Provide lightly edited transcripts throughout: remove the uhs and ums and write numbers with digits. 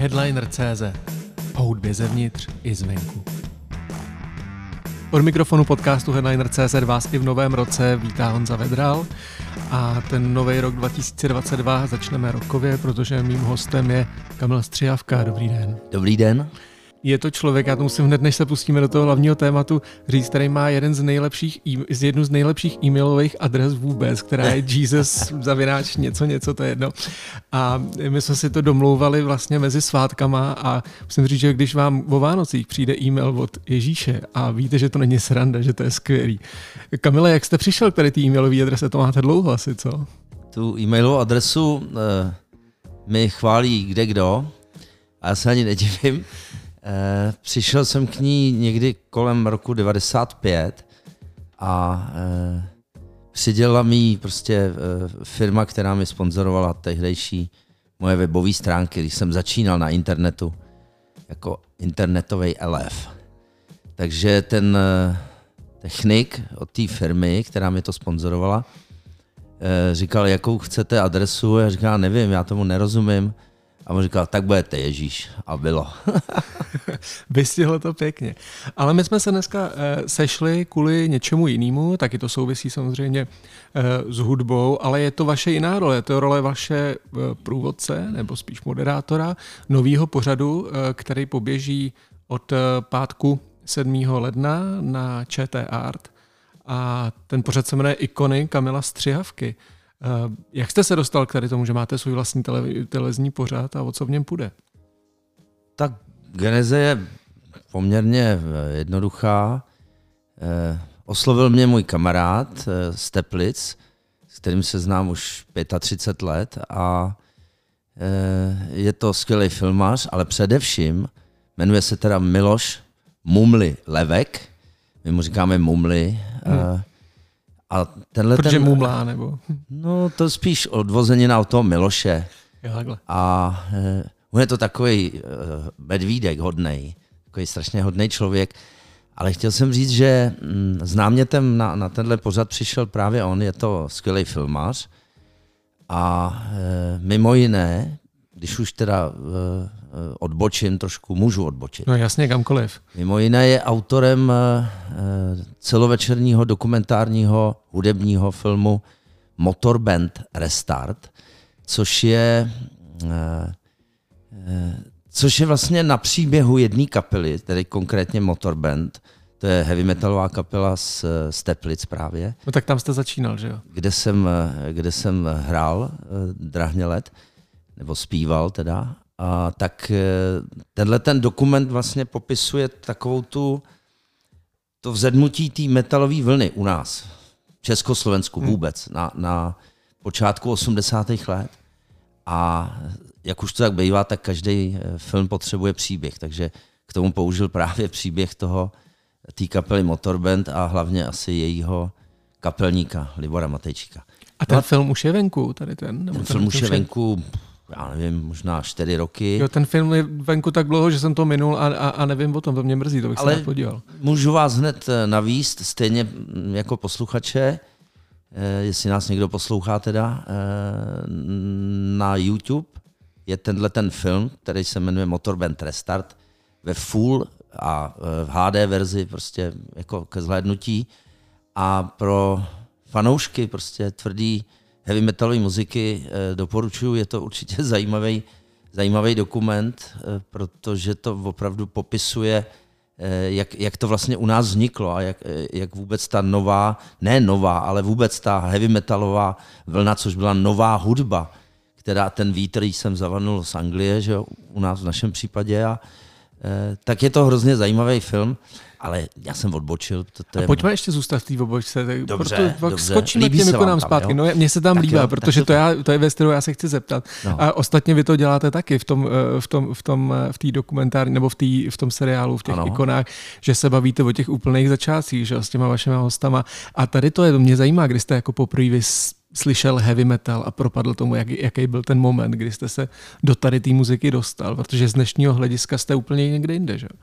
Headliner.cz. O hudbě zevnitř i zvenku. Od mikrofonu podcastu Headliner.cz vás i v novém roce vítá Honza Vedral a ten nový rok 2022 začneme rokově, protože mým hostem je Kamil Střihavka. Dobrý den. Dobrý den. Je to člověk, já to musím hned, než se pustíme do toho hlavního tématu, říct, který má jednu z nejlepších e-mailových adres vůbec, která je Jesus něco, to je jedno. A my jsme si to domlouvali vlastně mezi svátkama a musím říct, že když vám o Vánocích přijde e-mail od Ježíše a víte, že to není sranda, že to je skvělý. Kamile, jak jste přišel k tady té e-mailové adrese? To máte dlouho asi, co? Tu e-mailovou adresu mi chválí kdekdo a já se ani nedivím. Přišel jsem k ní někdy kolem roku 95 a přidělila mi prostě firma, která mi sponzorovala tehdejší moje webové stránky, když jsem začínal na internetu jako internetový elef. Takže ten technik od té firmy, která mi to sponzorovala, říkal, jakou chcete adresu, já říkal, nevím, já tomu nerozumím. A on říkal, tak budete Ježíš. A bylo. Vystihlo to pěkně. Ale my jsme se dneska sešli kvůli něčemu jinému, taky to souvisí samozřejmě s hudbou, ale je to vaše jiná role. Je to role vaše průvodce, nebo spíš moderátora nového pořadu, který poběží od pátku 7. ledna na ČT Art. A ten pořad se jmenuje Ikony Kamila Střihavky. Jak jste se dostal k tady tomu, že máte svůj vlastní televizní pořad a o co v něm půjde? Tak geneze je poměrně jednoduchá. Oslovil mě můj kamarád z Teplic, s kterým se znám už 35 let a je to skvělý filmař, ale především jmenuje se teda Miloš Mumli Levek. My mu říkáme Mumli. A protože mumlá, nebo? No, to spíš odvozenina od toho Miloše. Jo, takhle. A on je to takový medvídek hodnej, takový strašně hodnej člověk. Ale chtěl jsem říct, že s námětem na tenhle pořad přišel právě on, je to skvělý filmař. A mimo jiné, když už teda odbočím trošku, můžu odbočit. No jasně, kamkoliv. Mimo jiné je autorem celovečerního dokumentárního hudebního filmu Motorband Restart, což je vlastně na příběhu jedné kapely, tedy konkrétně Motorband, to je heavy metalová kapela z Teplic právě. No tak tam jste začínal, že jo? Kde jsem hrál drahně let, nebo zpíval teda. A tak tenhle ten dokument vlastně popisuje takovou to vzedmutí té metalové vlny u nás, v Československu vůbec, na počátku 80. let. A jak už to tak bývá, tak každý film potřebuje příběh, takže k tomu použil právě příběh té kapely Motorband a hlavně asi jejího kapelníka Libora Matejčíka. A ten film už je venku, tady ten? Ten film už je venku, já nevím, možná 4 roky. Jo, ten film je venku tak dlouho, že jsem to minul a nevím o tom, to mě mrzí, to bych se podíval. Můžu vás hned navíst, stejně jako posluchače, jestli nás někdo poslouchá teda, na YouTube je ten film, který se jmenuje Motorband Restart, ve full a v HD verzi prostě jako ke zhlédnutí a pro fanoušky prostě tvrdý heavy metalové muziky doporučuji, je to určitě zajímavý dokument, protože to opravdu popisuje, jak to vlastně u nás vzniklo a jak vůbec ta ale vůbec ta heavy metalová vlna, což byla nová hudba, která ten vítr jsem zavanul z Anglie, že jo, u nás v našem případě, tak je to hrozně zajímavý film. Ale já jsem odbočil. A pojďme ještě zůstat v té obočce. Dobře. Skočíme k těm ikonám zpátky. Jo? No, mně se tam líbí, protože to je věc, kterou já se chci zeptat. No. A ostatně vy to děláte taky v té dokumentární, nebo v tom seriálu, v těch ikonách, že se bavíte o těch úplných začátcích, že s těma vašima hostama. A tady to mě zajímá, kdy jste jako poprvé slyšel heavy metal a propadl tomu, jaký byl ten moment, kdy jste se do tady té muziky dostal, protože z dnešního hlediska jste úplně někde jinde, že?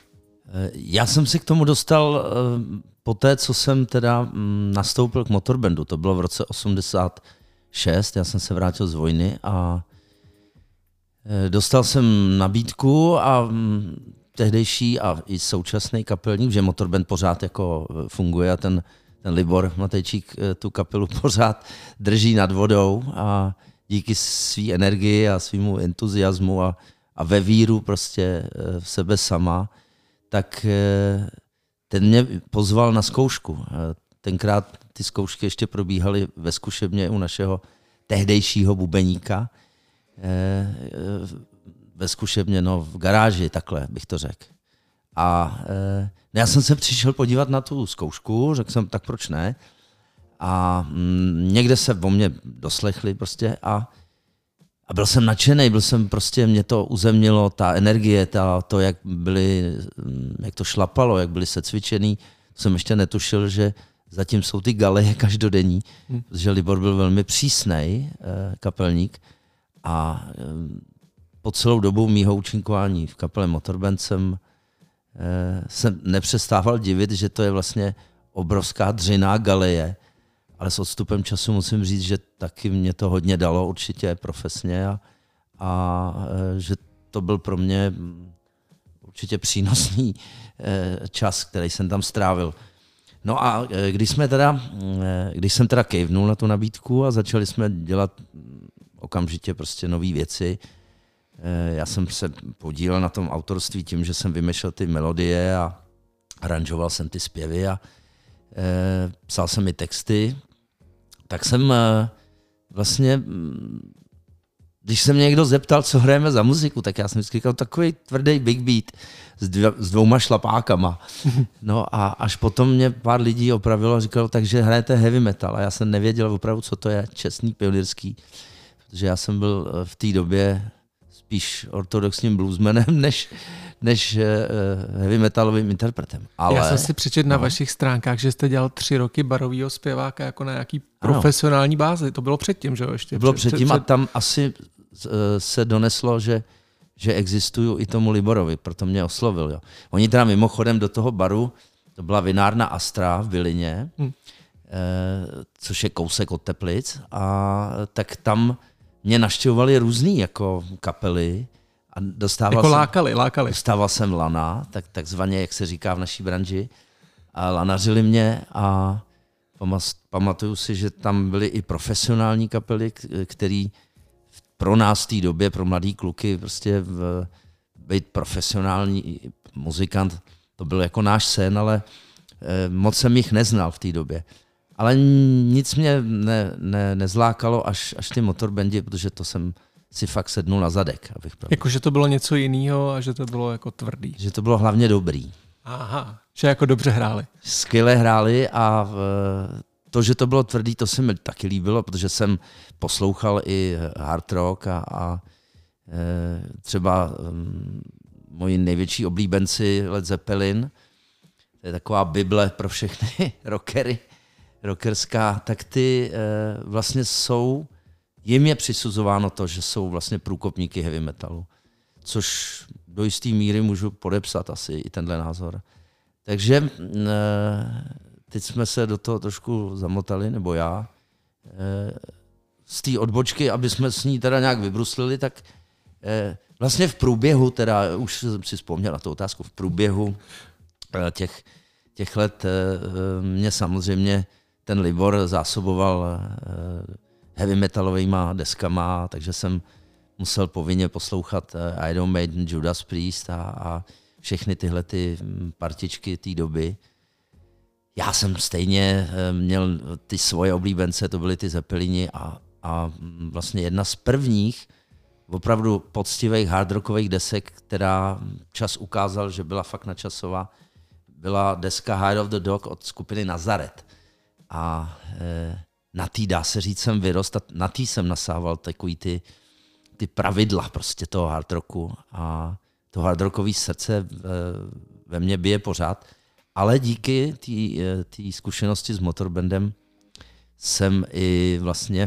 Já jsem se k tomu dostal po té, co jsem teda nastoupil k Motorbandu. To bylo v roce 86, já jsem se vrátil z vojny a Dostal jsem nabídku a tehdejší a i současný kapelník, že Motorband pořád jako funguje a ten Libor Matejčík tu kapelu pořád drží nad vodou a díky své energii a svýmu entuziasmu a ve víru prostě v sebe sama, tak ten mě pozval na zkoušku. Tenkrát ty zkoušky ještě probíhaly ve zkušebně u našeho tehdejšího bubeníka. Ve zkušebně, v garáži, takhle bych to řekl. A já jsem se přišel podívat na tu zkoušku, řekl jsem, tak proč ne? A někde se o mě doslechli prostě a byl jsem nadšený, mě to uzemnilo, ta energie, to, jak to šlapalo, jak byli secvičený, jsem ještě netušil, že zatím jsou ty galeje každodenní, protože Libor byl velmi přísnej kapelník a po celou dobu mýho účinkování v kapele Motorband jsem nepřestával divit, že to je vlastně obrovská dřiná galeje, ale s odstupem času musím říct, že taky mě to hodně dalo určitě profesně a že to byl pro mě určitě přínosný čas, který jsem tam strávil. No a když jsem teda kejvnul na tu nabídku a začali jsme dělat okamžitě prostě nové věci, já jsem se podílel na tom autorství tím, že jsem vymýšlel ty melodie a aranžoval jsem ty zpěvy a psal jsem i texty, tak jsem vlastně, když se mě někdo zeptal, co hrajeme za muziku, tak já jsem vždycky říkal takový tvrdý big beat s 2 šlapákama. No a až potom mě pár lidí opravilo a říkalo, takže hrajete heavy metal a já jsem nevěděl opravdu, co to je čestný pionýrský, protože já jsem byl v té době spíš ortodoxním bluesmanem, než heavy metalovým interpretem. Ale, já jsem si přečetl na vašich stránkách, že jste dělal 3 roky barovýho zpěváka jako na nějaký profesionální bázi. To bylo předtím, že jo? Ještě bylo předtím a tam asi se doneslo, že existuju i tomu Liborovi, proto mě oslovil. Jo. Oni teda mimochodem do toho baru, to byla vinárna Astra v Bylině, což je kousek od Teplic, a tak tam mě navštěvovali různý jako kapely a lákali. Dostával jsem lana, takzvaně, jak se říká v naší branži, a lanařili mě a pamatuju si, že tam byly i profesionální kapely, který pro nás v té době, pro mladý kluky, prostě být profesionální muzikant, to byl jako náš sen, ale moc jsem jich neznal v té době. Ale nic mě nezlákalo až ty motorbandy, protože to jsem si fakt sednul na zadek, abych pravil. Jako, že to bylo něco jiného a že to bylo jako tvrdý. Že to bylo hlavně dobrý. Aha, že jako dobře hráli. Skvěle hráli a to, že to bylo tvrdý, to se mi taky líbilo, protože jsem poslouchal i hard rock a třeba moji největší oblíbenci Led Zeppelin, to je taková bible pro všechny rockerská, tak ty vlastně jim je přisuzováno to, že jsou vlastně průkopníky heavy metalu, což do jisté míry můžu podepsat asi i tenhle názor. Takže teď jsme se do toho trošku zamotali, nebo já, z té odbočky, aby jsme s ní teda nějak vybruslili, tak vlastně v průběhu, teda už jsem si vzpomněl na tu otázku, v průběhu těch let mě samozřejmě ten Libor zásoboval heavy metalovýma deskama, takže jsem musel povinně poslouchat Iron Maiden, Judas Priest a všechny tyhle ty partičky té doby. Já jsem stejně měl ty svoje oblíbence, to byly ty Zeppelini a vlastně jedna z prvních opravdu poctivých hardrockových desek, která čas ukázal, že byla fakt načasová, byla deska Hide of the Dog od skupiny Nazaret. A na tý, dá se říct, jsem vyrost a na tý jsem nasával takový ty pravidla prostě toho hardrocku a to hardrockové srdce ve mně bije pořád. Ale díky té zkušenosti s motorbandem jsem i vlastně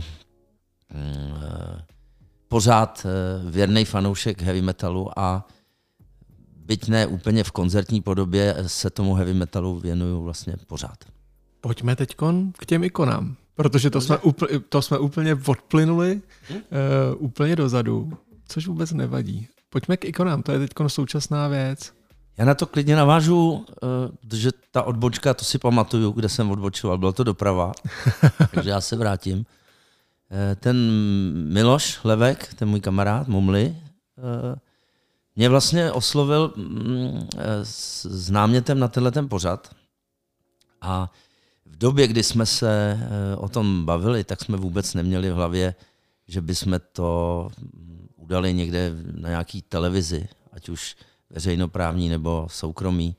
pořád věrný fanoušek heavy metalu a byť ne úplně v koncertní podobě, se tomu heavy metalu věnuju vlastně pořád. Pojďme teďkon k těm ikonám, protože to jsme úplně odplynuli úplně dozadu. což vůbec nevadí. Pojďme k ikonám, to je teď současná věc. Já na to klidně navážu, protože ta odbočka, to si pamatuju, kde jsem odbočoval, bylo to doprava, takže já se vrátím. Ten Miloš Levek, ten můj kamarád, Mumli, mě vlastně oslovil s námětem na tenhle pořad a v době, kdy jsme se o tom bavili, tak jsme vůbec neměli v hlavě, že bychom to udali někde na nějaký televizi, ať už veřejnoprávní nebo soukromí.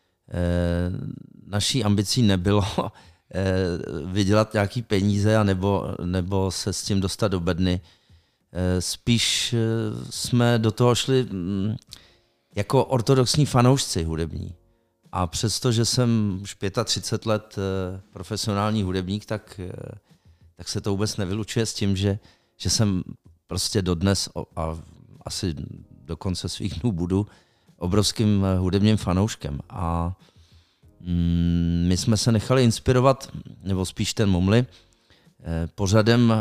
Naší ambicí nebylo vydělat nějaký peníze nebo se s tím dostat do bedny. Spíš jsme do toho šli jako ortodoxní fanoušci hudební. A přesto, že jsem už 35 let profesionální hudebník, tak se to vůbec nevylučuje s tím, že jsem prostě dodnes a asi do konce svých dnů budu obrovským hudebním fanouškem. A my jsme se nechali inspirovat, nebo spíš ten Mumli, pořadem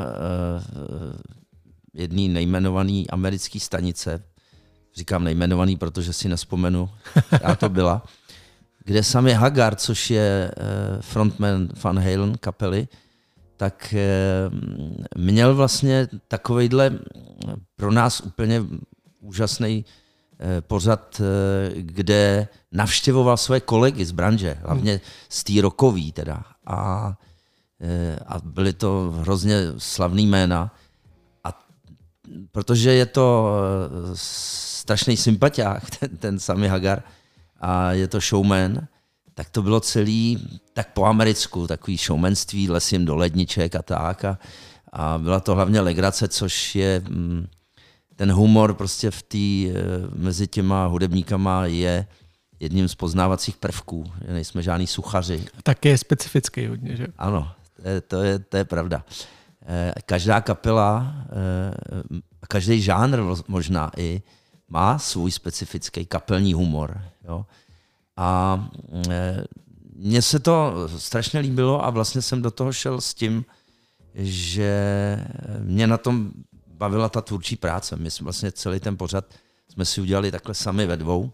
jedné nejmenované americké stanice. Říkám nejmenovaný, protože si nespomenu, která to byla. Kde Sammy Hagar, což je frontman Van Halen kapely, tak měl vlastně takovejhle pro nás úplně úžasný pořad, kde navštěvoval své kolegy z branže, hlavně z té rockový teda. A byly to hrozně slavný jména. A protože je to strašný sympatiák, ten Sammy Hagar, a je to showman, tak to bylo celý tak po americku, takový showmanství, lesím do ledniček a tak. A byla to hlavně legrace, což je ten humor prostě mezi těma hudebníkama je jedním z poznávacích prvků. Nejsme žádný suchaři. Tak je specifický hodně, že? Ano, to je pravda. Každá kapela, každý žánr možná i má svůj specifický kapelní humor. Jo? A mně se to strašně líbilo a vlastně jsem do toho šel s tím, že mě na tom bavila ta tvůrčí práce. My jsme vlastně celý ten pořad jsme si udělali takhle sami ve dvou.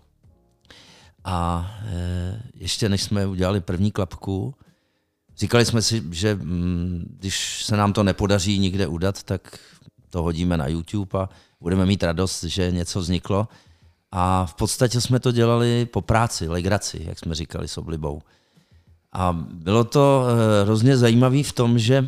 A ještě než jsme udělali první klapku, říkali jsme si, že když se nám to nepodaří nikde udat, tak to hodíme na YouTube a budeme mít radost, že něco vzniklo. A v podstatě jsme to dělali po práci, legraci, jak jsme říkali s oblibou. A bylo to hrozně zajímavé v tom, že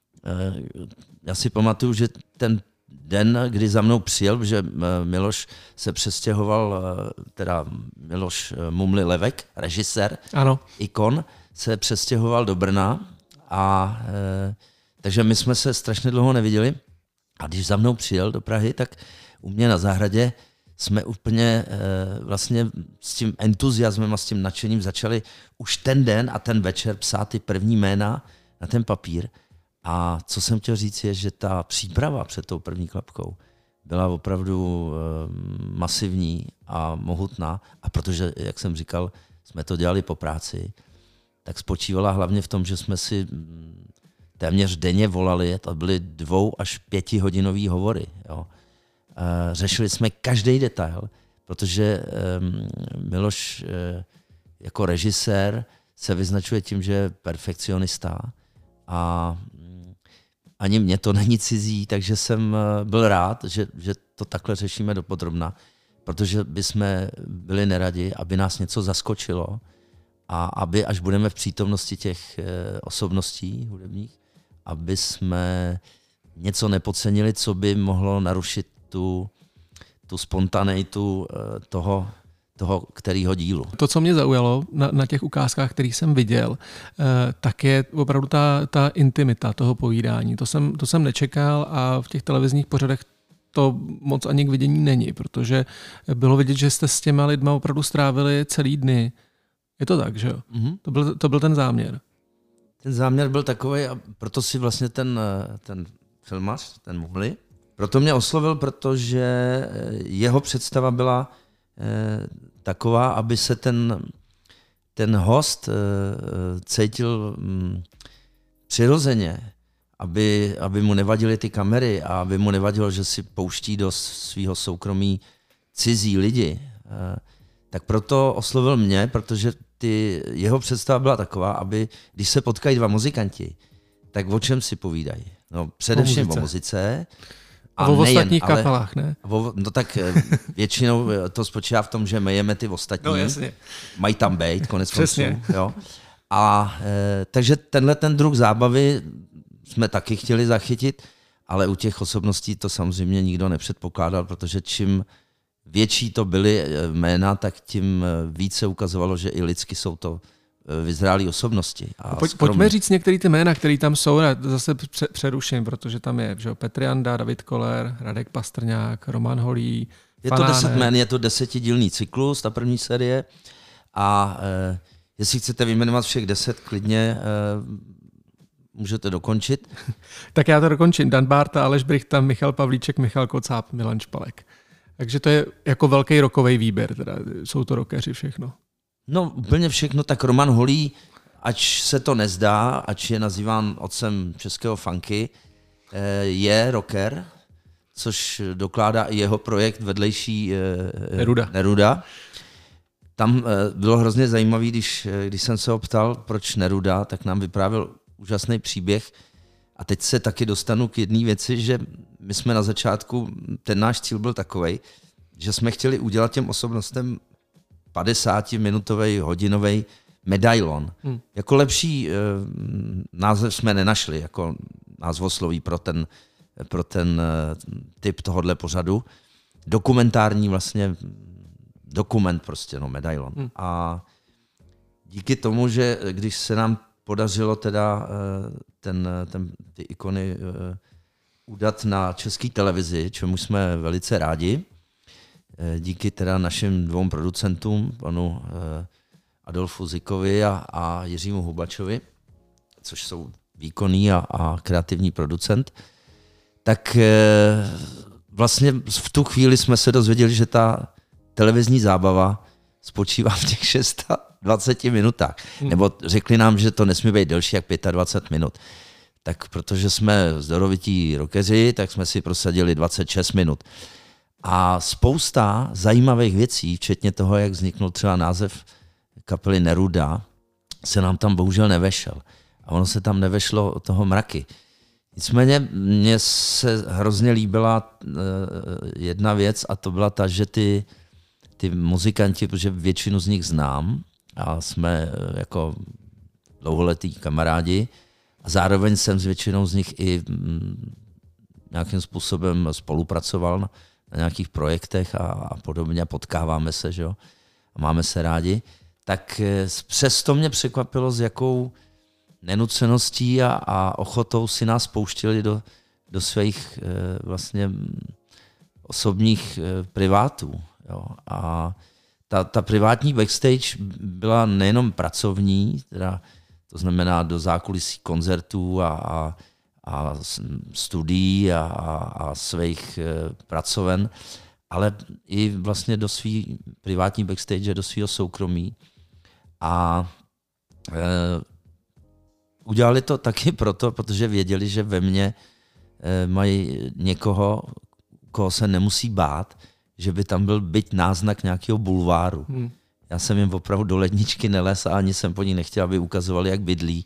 já si pamatuju, že ten den, kdy za mnou přijel, že Miloš se přestěhoval, teda Miloš Mumli Levek, režisér, ano. ikon, se přestěhoval do Brna a takže my jsme se strašně dlouho neviděli a když za mnou přijel do Prahy, tak u mě na zahradě jsme úplně vlastně s tím entuziasmem a s tím nadšením začali už ten den a ten večer psát ty první jména na ten papír. A co jsem chtěl říct je, že ta příprava před tou první klapkou byla opravdu masivní a mohutná. A protože, jak jsem říkal, jsme to dělali po práci, tak spočívala hlavně v tom, že jsme si téměř denně volali, to byly 2 až 5 hodinový hovory. Jo. Řešili jsme každý detail, protože Miloš jako režisér se vyznačuje tím, že je perfekcionista a ani mně to není cizí, takže jsem byl rád, že to takhle řešíme dopodrobna, protože bychom byli neradi, aby nás něco zaskočilo a aby, až budeme v přítomnosti těch osobností hudebních, aby jsme něco nepodcenili, co by mohlo narušit tu spontaneitu toho kterého dílu. To, co mě zaujalo na těch ukázkách, které jsem viděl, tak je opravdu ta intimita toho povídání. To jsem nečekal a v těch televizních pořadech to moc ani k vidění není, protože bylo vidět, že jste s těma lidma opravdu strávili celý dny. Je to tak, že jo? Mm-hmm. To byl ten záměr. Ten záměr byl takový a proto si vlastně ten filmař, ten Mumli, proto mě oslovil, protože jeho představa byla taková, aby se ten host cítil přirozeně aby mu nevadily ty kamery a aby mu nevadilo, že si pouští do svého soukromí cizí lidi, tak proto oslovil mě, protože jeho představa byla taková, aby když se potkají dva muzikanti, tak o čem si povídají? No především o muzice. A o ostatních kapelách, ne? No tak většinou to spočívá v tom, že mejeme ty ostatní. No jasně. Mají tam být, konec konců. Jo. A takže ten druh zábavy jsme taky chtěli zachytit, ale u těch osobností to samozřejmě nikdo nepředpokládal, protože čím větší to byly jména, tak tím více ukazovalo, že i lidsky jsou to vyzrálé osobnosti. Pojďme říct některé ty jména, které tam jsou, zase přeruším, protože tam je Petr Janda, David Koller, Radek Pastrňák, Roman Holý, Je to 10 jmén, je to 10dílný cyklus, ta první série a jestli chcete vyjmenovat všech 10, klidně můžete dokončit. Tak já to dokončím. Dan Bárta, Aleš Brichta, Michal Pavlíček, Michal Kocáb, Milan Špalek. Takže to je jako velký rockový výběr, teda jsou to rockeři všechno. No úplně všechno, tak Roman Holý, ač se to nezdá, ač je nazýván otcem českého funky, je rocker, což dokládá i jeho projekt vedlejší Neruda. Tam bylo hrozně zajímavý, když jsem se ho ptal, proč Neruda, tak nám vyprávěl úžasný příběh. A teď se taky dostanu k jedné věci, že my jsme na začátku, ten náš cíl byl takovej, že jsme chtěli udělat těm osobnostem 50-minutový, hodinový medailon. Jako lepší název jsme nenašli, jako názvosloví pro ten typ tohohle pořadu. Dokumentární vlastně, dokument prostě, no, medailon. A díky tomu, že když se nám podařilo teda ty ikony udat na České televizi, čemu jsme velice rádi, díky teda našim dvou producentům, panu Adolfu Zikovi a Jiřímu Hubačovi, což jsou výkonný a kreativní producent, tak vlastně v tu chvíli jsme se dozvěděli, že ta televizní zábava spočívá v těch 620 minutách. Nebo řekli nám, že to nesmí být delší jak 25 minut. Tak protože jsme zdorovití rockeři, tak jsme si prosadili 26 minut. A spousta zajímavých věcí, včetně toho, jak vzniknul třeba název kapely Neruda, se nám tam bohužel nevešel. A ono se tam nevešlo toho mraky. Nicméně mně se hrozně líbila jedna věc a to byla ta, že ty muzikanti, protože většinu z nich znám a jsme jako dlouholetí kamarádi a zároveň jsem s většinou z nich i nějakým způsobem spolupracoval na nějakých projektech a podobně, potkáváme se, že jo, a máme se rádi, tak přesto mě překvapilo, s jakou nenuceností a ochotou si nás pouštili do svých vlastně osobních privátů. Jo. A ta privátní backstage byla nejenom pracovní, teda to znamená do zákulisí koncertů a studií a svých pracoven, ale i vlastně do svý privátní backstage, do svého soukromí. A udělali to taky proto, protože věděli, že ve mně mají někoho, koho se nemusí bát, že by tam byl byť náznak nějakého bulváru. Já jsem jim opravdu do ledničky neles a ani jsem po ní nechtěl, aby ukazovali, jak bydlí.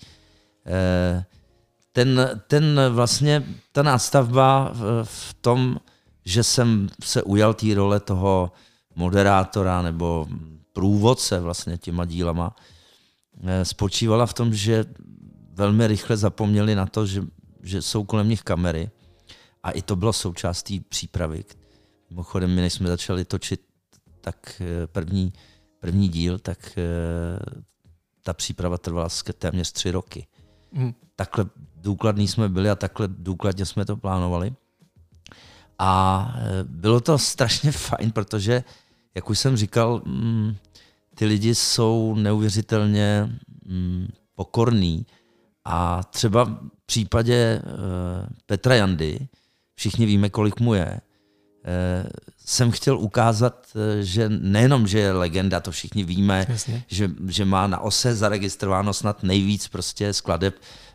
Vlastně ta nástavba v tom, že jsem se ujal té role toho moderátora nebo průvodce vlastně těma dílama, spočívala v tom, že velmi rychle zapomněli na to, že jsou kolem nich kamery a i to bylo součástí přípravy. Mimochodem, my než jsme začali točit tak první díl, tak ta příprava trvala téměř 3 roky. Takhle důkladní jsme byli a takhle důkladně jsme to plánovali. A bylo to strašně fajn, protože, jak už jsem říkal, ty lidi jsou neuvěřitelně pokorní. A třeba v případě Petra Jandy, všichni víme, kolik mu je, jsem chtěl ukázat, že nejenom, že je legenda, to všichni víme, že má na ose zaregistrováno snad nejvíc prostě skladeb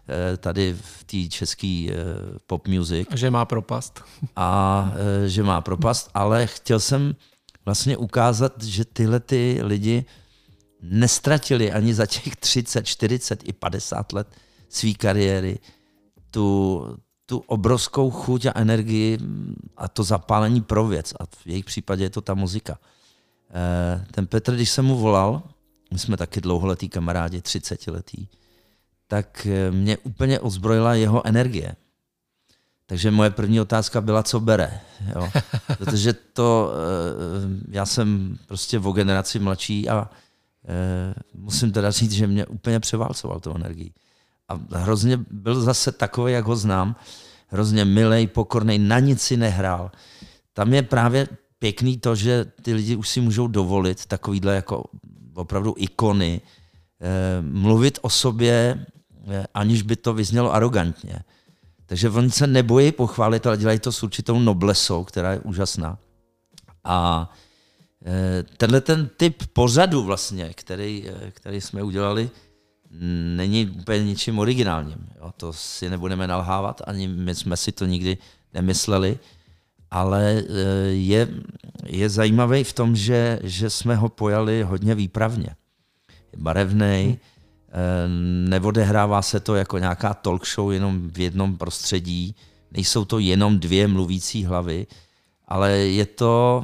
tady v té české pop music. A že má propast. A že má propast, ale chtěl jsem vlastně ukázat, že tyhle ty lidi nestratili ani za těch 30, 40 i 50 let své kariéry tu obrovskou chuť a energii a to zapálení pro věc. A v jejich případě je to ta muzika. Ten Petr, když jsem mu volal, my jsme taky dlouholetí kamarádi, 30letí, tak mě úplně ozbrojila jeho energie. Takže moje první otázka byla, co bere. Jo? Protože já jsem prostě o generaci mladší a musím teda říct, že mě úplně převálcoval tou energií. A hrozně byl zase takový, jak ho znám, hrozně milej, pokornej, na nic si nehrál. Tam je právě pěkný to, že ty lidi už si můžou dovolit takovýhle jako opravdu ikony, mluvit o sobě, aniž by to vyznělo arrogantně. Takže oni se nebojí pochválit, ale dělají to s určitou noblesou, která je úžasná. A tenhle ten typ pořadu vlastně, který jsme udělali, není úplně ničím originálním. Jo? To si nebudeme nalhávat, ani my jsme si to nikdy nemysleli, ale je zajímavý v tom, že jsme ho pojali hodně výpravně. Je barevnej, neodehrává se to jako nějaká talk show jenom v jednom prostředí, nejsou to jenom dvě mluvící hlavy, ale je to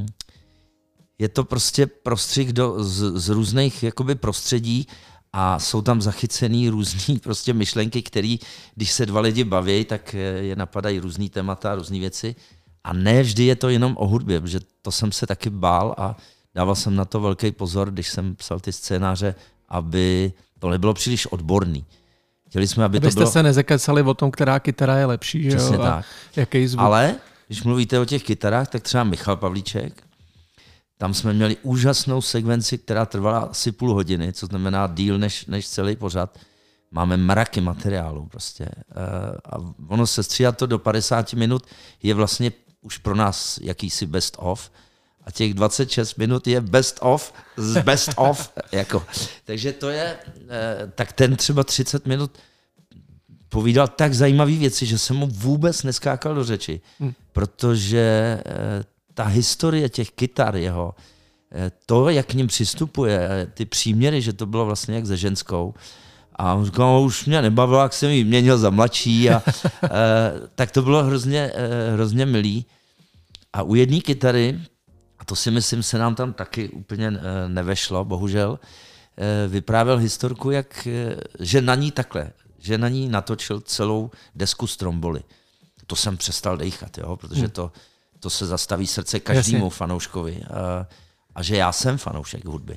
prostě prostřih z různých jakoby prostředí a jsou tam zachycený různý prostě myšlenky, které, když se dva lidi baví, tak je napadají různý témata, různé věci. A ne vždy je to jenom o hudbě, protože to jsem se taky bál a dával jsem na to velký pozor, když jsem psal ty scénáře, aby to nebylo příliš odborný. Chtěli jsme, Abyste se nezekecali o tom, která kytara je lepší, že jo? Tak. Jaký zvuk. Ale když mluvíte o těch kytarách, tak třeba Michal Pavlíček, tam jsme měli úžasnou sekvenci, která trvala asi půl hodiny, co znamená díl než celý pořad. Máme mraky materiálu prostě. A ono se střídat to do 50 minut je vlastně už pro nás jakýsi best of. A těch 26 minut je best of z best of. Jako. Takže to je, tak ten třeba 30 minut povídal tak zajímavé věci, že jsem mu vůbec neskákal do řeči. Protože ta historie těch kytar jeho, to, jak k ním přistupuje, ty příměry, že to bylo vlastně jak se ženskou, a on říkal, už mě nebavilo, jak jsem ji měnil za mladší, tak to bylo hrozně milý. A u jedné kytary, a to si myslím, se nám tam taky úplně nevešlo, bohužel, vyprávěl historku, že na ní natočil celou desku Stromboli. To jsem přestal dejchat, jo, protože to se zastaví srdce každému fanouškovi. A že já jsem fanoušek hudby.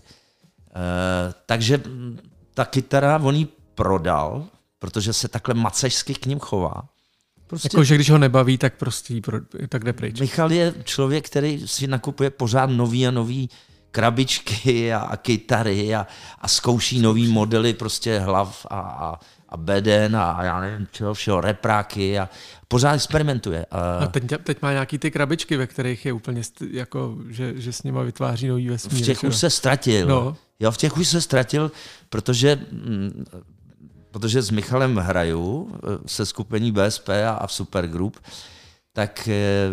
Takže ta kytara, on ji prodal, protože se takhle macežsky k ním chová. Prostě, jakože když ho nebaví, tak prostě tak jde pryč. Michal je člověk, který si nakupuje pořád nový a nový krabičky a kytary a zkouší nový modely prostě hlav a beden a já nevím čeho všeho, repráky a pořád experimentuje. A teď má nějaký ty krabičky, ve kterých je úplně jako, že s nima vytváří nový vesmír. V těch už se ztratil. No. Jo, v těch už se ztratil, protože s Michalem hraju se skupení BSP a v Supergroup, tak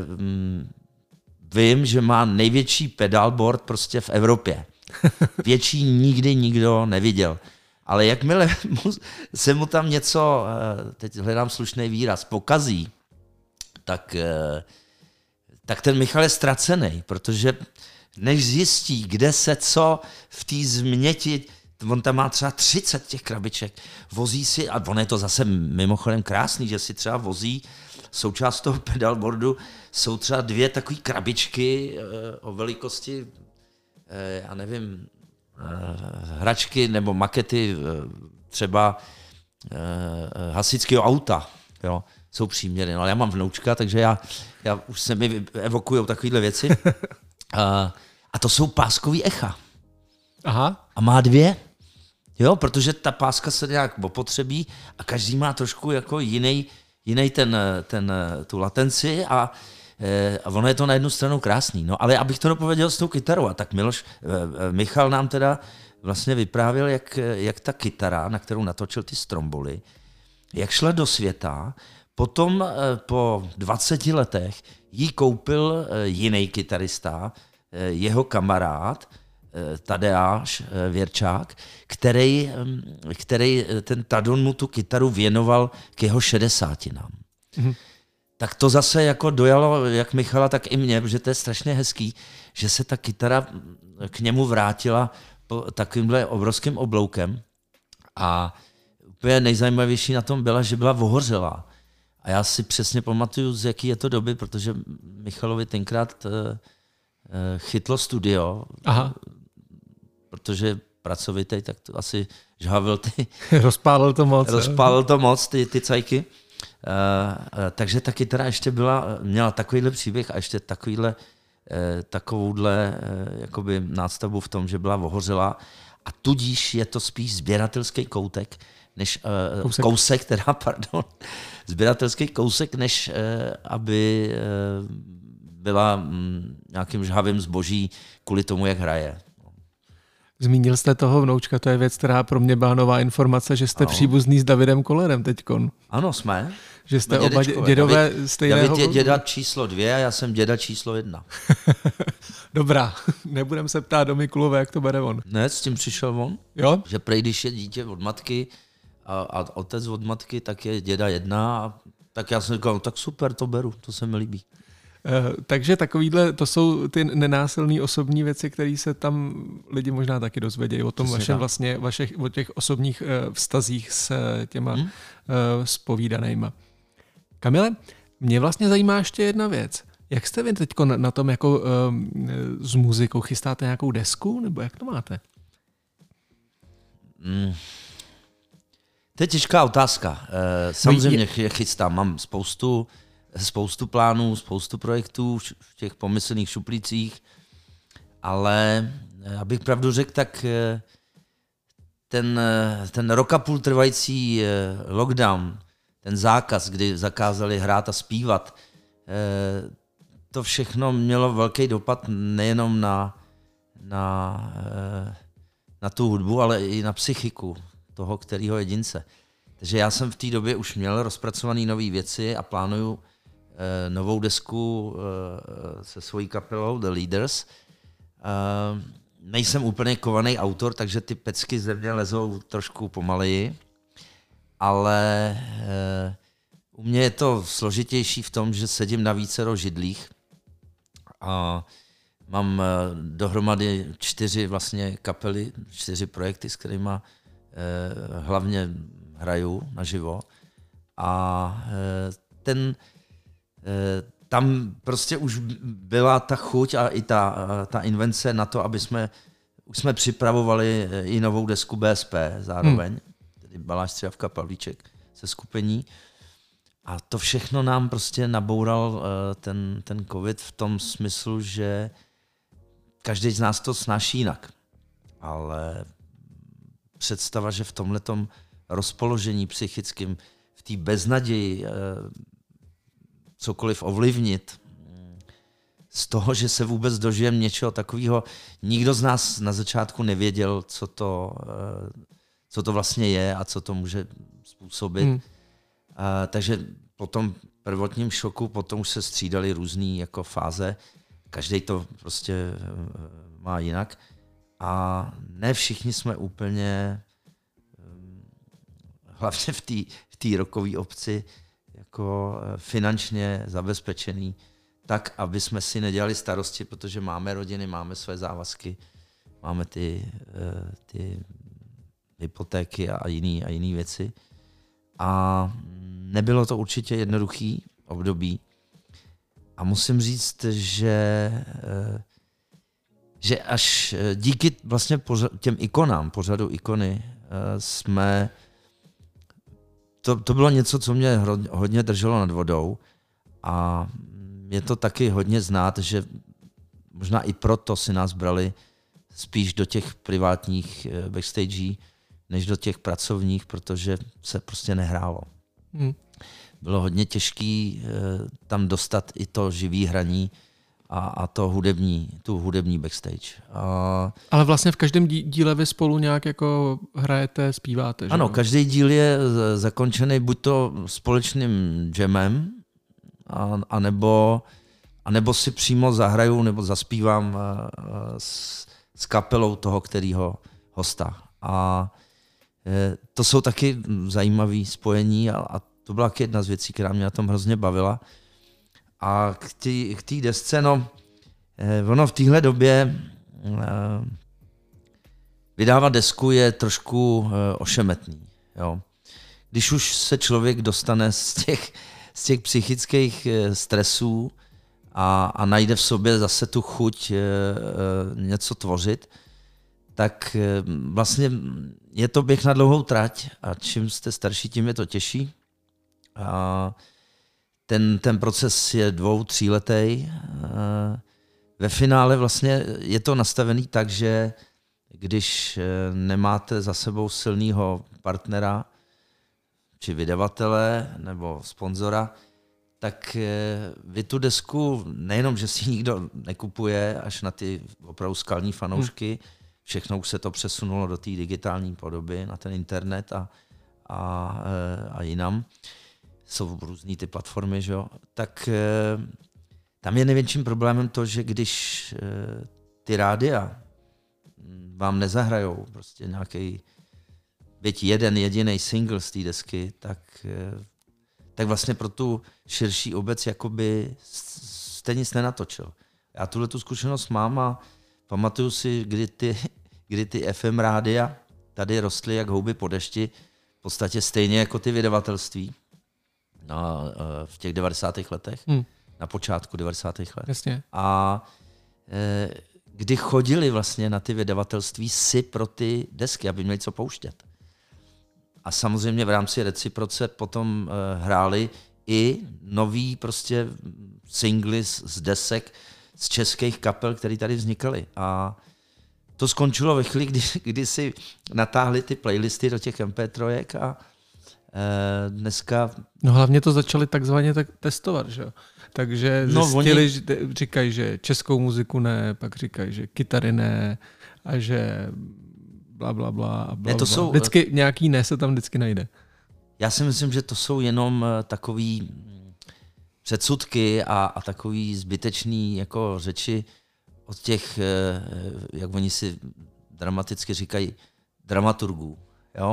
vím, že má největší pedalboard prostě v Evropě. Větší nikdy nikdo neviděl. Ale jakmile se mu tam něco, teď hledám slušný výraz, pokazí, tak ten Michal je ztracený, protože než zjistí, kde se co v té změti, on tam má třeba 30 těch krabiček, vozí si, a on je to zase mimochodem krásný, že si třeba vozí, součást toho pedalboardu jsou třeba 2 takové krabičky o velikosti, já nevím, hračky nebo makety třeba hasičského auta, jo, jsou příměry. No, ale já mám vnoučka, takže já už se mi evokujou takovéhle věci. A to jsou páskový echa. Aha. A má 2. Jo, protože ta páska se nějak opotřebí a každý má trošku jako jiný tu latenci a ono je to na jednu stranu krásný. No, ale abych to dopověděl s tou kytarou, a tak Michal nám teda vlastně vyprávěl, jak ta kytara, na kterou natočil ty Stromboli, jak šla do světa, potom po 20 letech jí koupil jiný kytarista, jeho kamarád, Tadeáš Věrčák, který ten Tadon mu tu kytaru věnoval k jeho 60. Tak to zase jako dojalo jak Michala, tak i mě, protože to je strašně hezký, že se ta kytara k němu vrátila takovýmhle obrovským obloukem. A úplně nejzajímavější na tom byla, že byla ohořelá. A já si přesně pamatuju, z jaký je to doby, protože Michalovi tenkrát chytlo studio, Aha. protože pracovitej, tak to asi žhavil ty... Rozpálil to moc, ty cajky. Takže ta kytara ještě měla takovýhle příběh a ještě takovouhle jakoby nástavbu v tom, že byla ohořelá a tudíž je to spíš sběratelský sběratelský kousek, než aby byla nějakým žhavým zboží kvůli tomu, jak hraje. Zmínil jste toho vnoučka, to je věc, která pro mě byla nová informace, že jste příbuzný s Davidem Kollerem teďkon. Ano, jsme. Že jste oba dědové stejného... David je děda číslo 2 a já jsem děda číslo 1. Dobrá, nebudem se ptát do Mikulové, jak to bere on. Ne, s tím přišel on. Jo? Že prej, když je dítě od matky a otec od matky, tak je děda 1. A tak já jsem říkal, tak super, to beru, to se mi líbí. Takže takovýhle, to jsou ty nenásilné osobní věci, které se tam lidi možná taky dozvědějí o tom o těch osobních vztazích s těma zpovídanejma. Kamile, mě vlastně zajímá ještě jedna věc. Jak jste vy teď na tom jako s muzikou? Chystáte nějakou desku, nebo jak to máte? To je těžká otázka. Samozřejmě chystám, mám spoustu plánů, spoustu projektů v těch pomyslných šuplících, ale abych pravdu řekl, tak ten rok a půl trvající lockdown, ten zákaz, kdy zakázali hrát a zpívat, to všechno mělo velký dopad nejenom na tu hudbu, ale i na psychiku toho kterého jedince. Takže já jsem v té době už měl rozpracované nové věci a plánuju novou desku se svojí kapelou The Leaders. Nejsem úplně kovaný autor, takže ty pecky ze mě lezou trošku pomaleji, ale u mě je to složitější v tom, že sedím na vícero židlích a mám dohromady 4 vlastně kapely, 4 projekty, s kterými hlavně hraju naživo. A tam prostě už byla ta chuť a i ta invence na to, aby už jsme připravovali i novou desku BSP zároveň, tedy Baláž Střívka Pavlíček se skupení. A to všechno nám prostě naboural ten covid v tom smyslu, že každý z nás to snáší jinak. Ale představa, že v tomhletom rozpoložení psychickým, v té beznaději cokoliv ovlivnit, z toho, že se vůbec dožijem něčeho takového, nikdo z nás na začátku nevěděl, co to vlastně je a co to může způsobit. Takže po tom prvotním šoku potom už se střídaly různé jako fáze, každý to prostě má jinak a ne všichni jsme úplně, hlavně v té rockové obci, jako finančně zabezpečený, tak, aby jsme si nedělali starosti, protože máme rodiny, máme své závazky, máme ty hypotéky a jiné věci. A nebylo to určitě jednoduchý období. A musím říct, že až díky vlastně těm ikonám, pořadu Ikony, jsme... To bylo něco, co mě hodně drželo nad vodou a je to taky hodně znát, že možná i proto si nás brali spíš do těch privátních backstagí, než do těch pracovních, protože se prostě nehrálo. Bylo hodně těžké tam dostat i to živý hraní a tu hudební backstage. Ale vlastně v každém díle vy spolu nějak jako hrajete, zpíváte, že? Ano, každý díl je zakončený buď to společným jamem, anebo si přímo zahraju nebo zaspívám s kapelou toho, kterého hosta. A to jsou taky zajímavé spojení a to byla taky jedna z věcí, která mě na tom hrozně bavila. A k té desce, ono v téhle době vydávat desku je trošku ošemetný. Jo. Když už se člověk dostane z těch psychických stresů a najde v sobě zase tu chuť něco tvořit, tak vlastně je to běh na dlouhou trať a čím jste starší, tím je to těžší. A ten proces je 2-3 letý. Ve finále vlastně je to nastavený tak, že když nemáte za sebou silného partnera, či vydavatele nebo sponzora, tak vy tu desku nejenom, že si nikdo nekupuje až na ty opravdu skalní fanoušky, všechno už se to přesunulo do té digitální podoby, na ten internet a jinam. Jsou různý ty platformy, že jo? Tak tam je největším problémem to, že když ty rádia vám nezahrajou prostě nějaký byť jeden jediný single z té desky, tak vlastně pro tu širší obec jakoby jste nic nenatočil. Já tu zkušenost mám a pamatuju si, kdy ty FM rádia tady rostly jak houby po dešti, v podstatě stejně jako ty vydavatelství v těch 90. letech, na počátku 90. let. Jasně. A kdy chodili vlastně na ty vydavatelství si pro ty desky, aby měli co pouštět. A samozřejmě v rámci reciproce potom hráli i nový prostě singly z desek z českých kapel, které tady vznikaly. A to skončilo ve chvíli, kdy si natáhli ty playlisty do těch MP3 a dneska... No hlavně to začali takzvaně testovat, že jo? Takže zjistili, že říkají, že českou muziku ne, pak říkají, že kytary ne a že bla, bla, bla a bla, bla. Vždycky nějaký ne se tam vždycky najde. Já si myslím, že to jsou jenom takový předsudky a takový zbytečný jako řeči od těch, jak oni si dramaticky říkají, dramaturgů. Jo?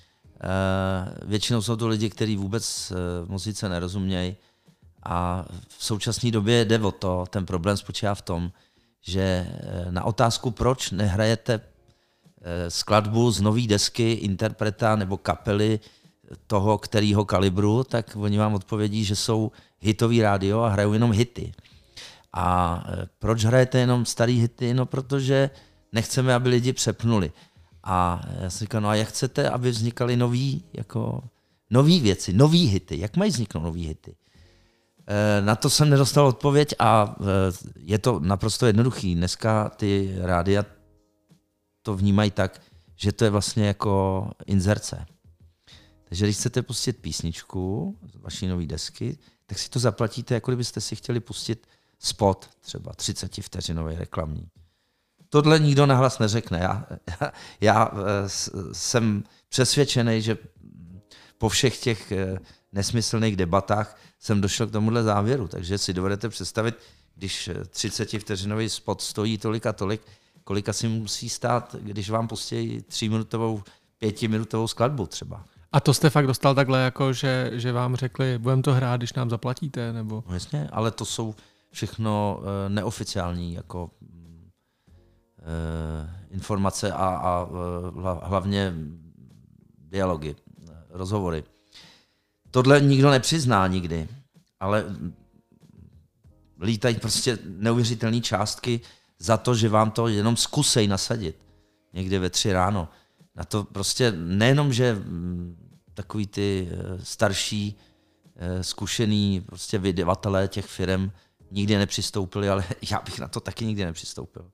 Většinou jsou to lidi, kteří vůbec muzice nerozumějí a v současné době jde o to, ten problém spočívá v tom, že na otázku, proč nehrajete skladbu z nový desky interpreta nebo kapely toho, kterého kalibru, tak oni vám odpovědí, že jsou hitový rádio a hrajou jenom hity. A proč hrajete jenom starý hity? No, protože nechceme, aby lidi přepnuli. A já si říkám, no a jak chcete, aby vznikaly nový věci, nový hity? Jak mají vzniknout nový hity? Na to jsem nedostal odpověď a je to naprosto jednoduchý. Dneska ty rádia to vnímají tak, že to je vlastně jako inzerce. Takže když chcete pustit písničku z vaší nové desky, tak si to zaplatíte, jako kdybyste si chtěli pustit spot, třeba 30vteřinový reklamní. Tohle nikdo nahlas neřekne. Já jsem přesvědčený, že po všech těch nesmyslných debatách jsem došel k tomuhle závěru. Takže si dovedete představit, když 30vteřinový spot stojí tolik a tolik, kolika si musí stát, když vám pustí 3minutovou, 5minutovou skladbu třeba. A to jste fakt dostal takhle, jako že vám řekli, budeme to hrát, když nám zaplatíte? Nebo... No jasně, ale to jsou všechno neoficiální jako informace a hlavně dialogy, rozhovory. Tohle nikdo nepřizná nikdy, ale lítají prostě neuvěřitelné částky za to, že vám to jenom zkusej nasadit někde ve 3 ráno. Na to prostě nejenom, že takový ty starší, zkušený prostě vydavatelé těch firem nikdy nepřistoupili, ale já bych na to taky nikdy nepřistoupil.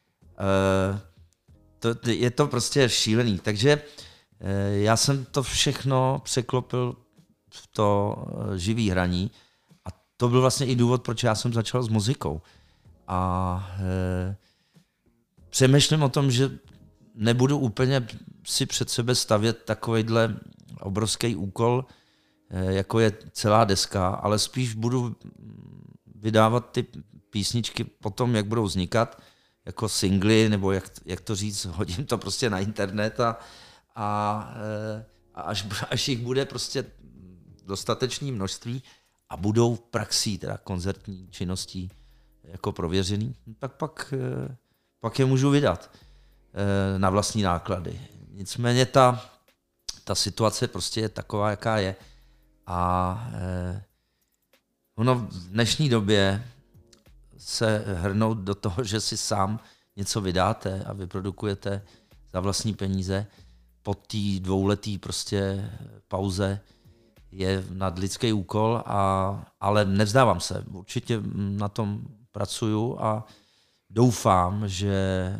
Je to prostě šílený. Takže já jsem to všechno překlopil v to živý hraní a to byl vlastně i důvod, proč já jsem začal s muzikou. a přemýšlím o tom, že nebudu úplně si před sebe stavět takovejhle obrovský úkol, jako je celá deska, ale spíš budu vydávat ty písničky potom, jak budou vznikat, jako singly, nebo jak to říct, hodím to prostě na internet a až jich bude prostě dostatečné množství a budou v praxi, teda koncertní činností jako prověřený, tak pak je můžu vydat na vlastní náklady. Nicméně ta situace prostě je taková, jaká je. A ono v dnešní době se hrnout do toho, že si sám něco vydáte a vyprodukujete za vlastní peníze po té dvouletý prostě pauze je nadlidský úkol, ale nevzdávám se. Určitě na tom pracuju a doufám, že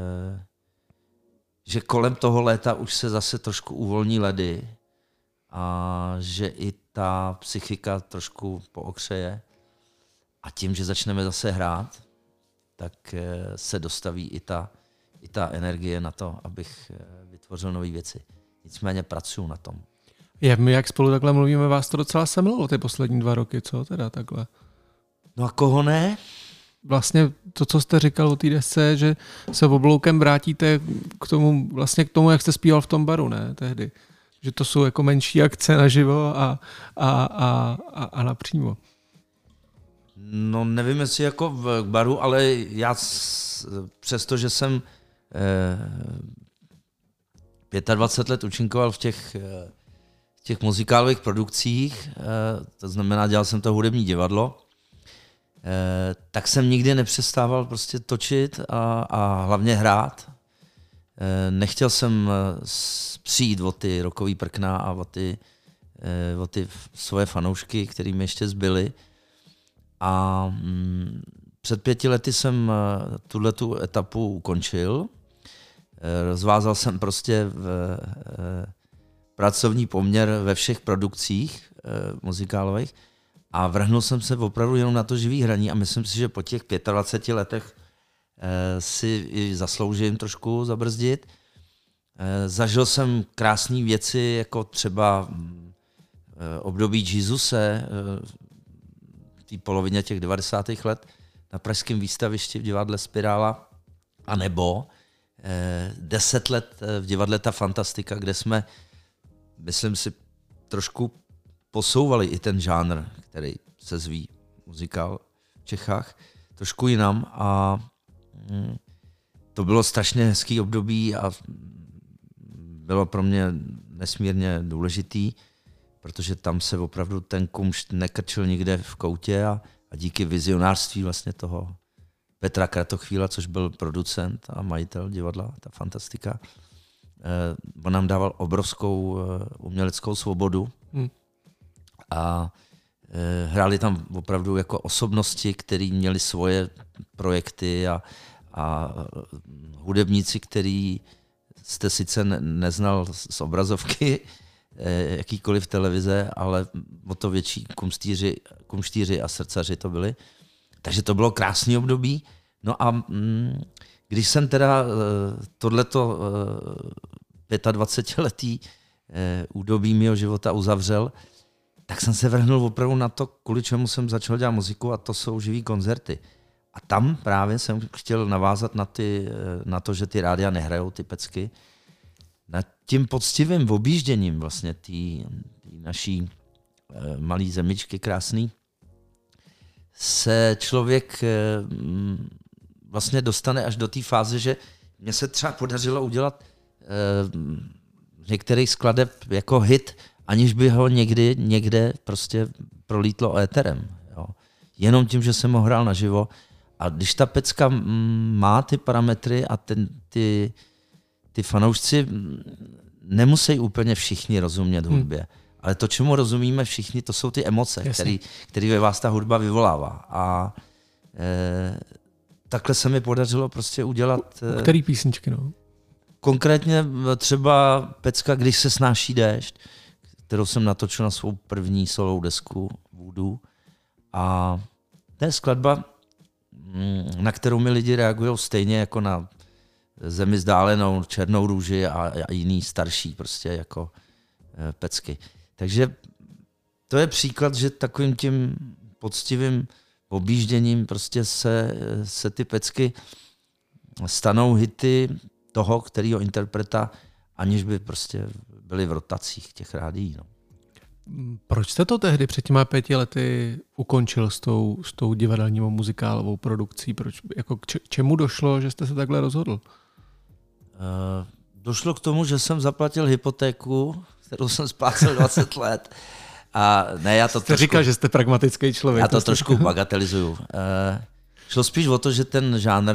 kolem toho léta už se zase trošku uvolní ledy a že i ta psychika trošku pookřeje a tím, že začneme zase hrát, tak se dostaví i ta energie na to, abych vytvořil nové věci. Nicméně pracuju na tom. My jak spolu takhle mluvíme, vás to docela semlelo ty poslední 2 roky, co teda takhle? No a koho ne? Vlastně to, co jste říkal o té desce, že se obloukem vrátíte k tomu, jak jste zpíval v tom baru, ne, tehdy. Že to jsou jako menší akce naživo a napřímo. No nevím, jestli jako v baru, ale já přestože jsem 25 let účinkoval v těch muzikálových produkcích, to znamená, dělal jsem to hudební divadlo, tak jsem nikdy nepřestával prostě točit a hlavně hrát. Nechtěl jsem přijít o ty rokový prkna a o ty svoje fanoušky, který mi ještě zbyly. A před 5 lety jsem tuhletu etapu ukončil. Rozvázal jsem prostě pracovní poměr ve všech produkcích muzikálových a vrhnul jsem se opravdu jenom na to živý hraní a myslím si, že po těch 25 letech si i zasloužím trošku zabrzdit. Zažil jsem krásné věci, jako třeba období Jesusé v té polovině těch 90. let na pražském výstavišti v divadle Spirála, anebo 10 let v divadle Ta Fantastika, kde jsme, myslím si, trošku posouvali i ten žánr, který se zví muzikál v Čechách, trošku jinam a to bylo strašně hezký období a bylo pro mě nesmírně důležitý, protože tam se opravdu ten kumšt nekrčil nikde v koutě a díky vizionářství vlastně toho Petra Kratochvíla, což byl producent a majitel divadla Ta Fantastika, on nám dával obrovskou uměleckou svobodu a hráli tam opravdu jako osobnosti, které měly svoje projekty a hudebníci, který jste sice neznal z obrazovky jakýkoliv televize, ale o to větší kumštíři a srdcaři to byli. Takže to bylo krásný období. No a když jsem teda tohleto 25letý údobí mého života uzavřel, tak jsem se vrhnul opravdu na to, kvůli čemu jsem začal dělat muziku, a to jsou živý koncerty. A tam právě jsem chtěl navázat na to, že ty rádia nehrajou ty pecky, nad tím poctivým objížděním vlastně té naší malé zemičky krásný, se člověk vlastně dostane až do té fáze, že mně se třeba podařilo udělat některých skladeb jako hit, aniž by ho někde prostě prolítlo éterem. Jo. Jenom tím, že jsem ho hrál naživo. A když ta pecka má ty parametry a ty fanoušci nemusí úplně všichni rozumět hudbě, ale to, čemu rozumíme všichni, to jsou ty emoce, které ve vás ta hudba vyvolává. A takhle se mi podařilo prostě udělat... Který písničky, no? Konkrétně třeba pecka Když se snáší déšť, kterou jsem natočil na svou první solovou desku Voodoo. A to je skladba, na kterou mi lidi reagují stejně jako na Zemi vzdálenou, Černou růži a jiný starší prostě jako pecky. Takže to je příklad, že takovým tím poctivým objížděním prostě se ty pecky stanou hity toho, kterého interpreta, aniž by prostě byli v rotacích těch rádií. No. Proč jste to tehdy před těma 5 lety ukončil s tou divadelní muzikálovou produkcí? Proč, jako k čemu došlo, že jste se takhle rozhodl? Došlo k tomu, že jsem zaplatil hypotéku, kterou jsem splácel 20 let. A ne, já to jste říkal, že jste pragmatický člověk. Já to trošku bagatelizuju. Šlo spíš o to, že ten žánr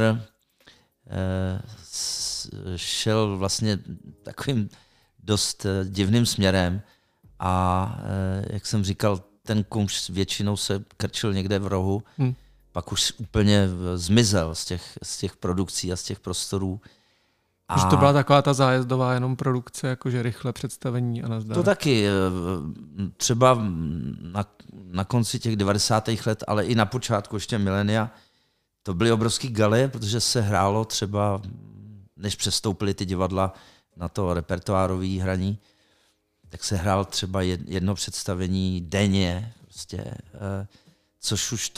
šel vlastně takovým dost divným směrem a jak jsem říkal, ten kumš většinou se krčil někde v rohu, pak už úplně zmizel z těch produkcí a z těch prostorů. Že to byla taková ta zájezdová jenom produkce, jakože rychle představení a nazdar. To taky. Třeba na konci těch 90. let, ale i na počátku ještě milénia, to byly obrovský galerie, protože se hrálo třeba, než přestoupily ty divadla na to repertoárové hraní, tak se hrál třeba jedno představení denně, prostě, což už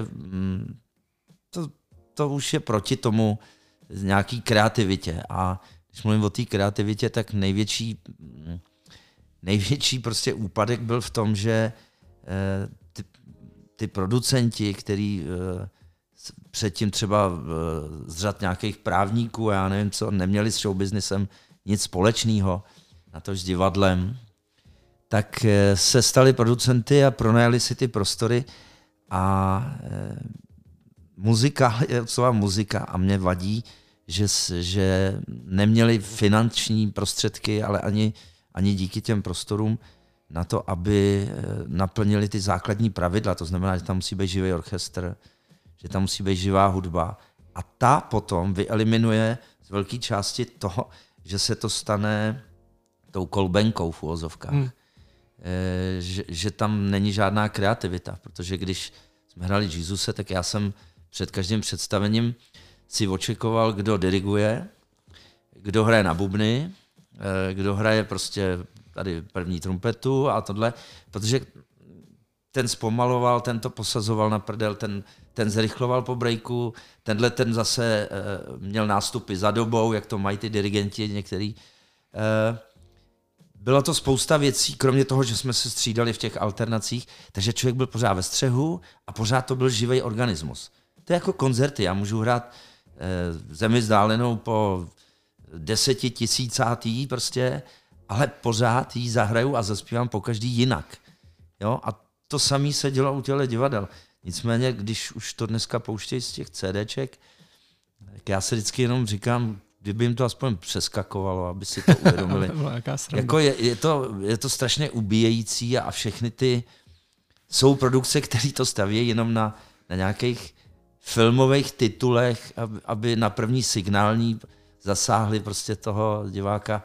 to už je proti tomu nějaký kreativitě. A když mluvím o té kreativitě, tak největší prostě úpadek byl v tom, že ty producenti, který předtím třeba z řad nějakých právníků a já nevím co, neměli s showbiznesem nic společného, na to s divadlem, tak se stali producenty a pronajali si ty prostory a muzika je docela muzika a mě vadí, že neměli finanční prostředky, ale ani díky těm prostorům na to, aby naplnili ty základní pravidla. To znamená, že tam musí být živý orchestr, že tam musí být živá hudba. A ta potom vyeliminuje z velké části toho, že se to stane tou kolbenkou v uvozovkách. Že tam není žádná kreativita, protože když jsme hrali Jesuse, tak já jsem před každým představením si očekoval, kdo diriguje, kdo hraje na bubny, kdo hraje prostě tady první trumpetu a tohle, protože ten zpomaloval, ten to posazoval na prdel, ten zrychloval po breaku, ten zase měl nástupy za dobou, jak to mají ty dirigenti některý. Bylo to spousta věcí, kromě toho, že jsme se střídali v těch alternacích, takže člověk byl pořád ve střehu a pořád to byl živý organismus. To je jako koncerty, já můžu hrát Zemi vzdálenou po 10 000 prostě, ale pořád ji zahraju a zaspívám po každý jinak. Jo? A to samé se dělo u těchto divadel. Nicméně, když už to dneska pouštějí z těch CDček, tak já se vždycky jenom říkám, kdyby jim to aspoň přeskakovalo, aby si to uvědomili. Jako je to strašně ubíjející a všechny ty jsou produkce, které to staví jenom na nějakých filmových titulech, aby na první signální zasáhli prostě toho diváka.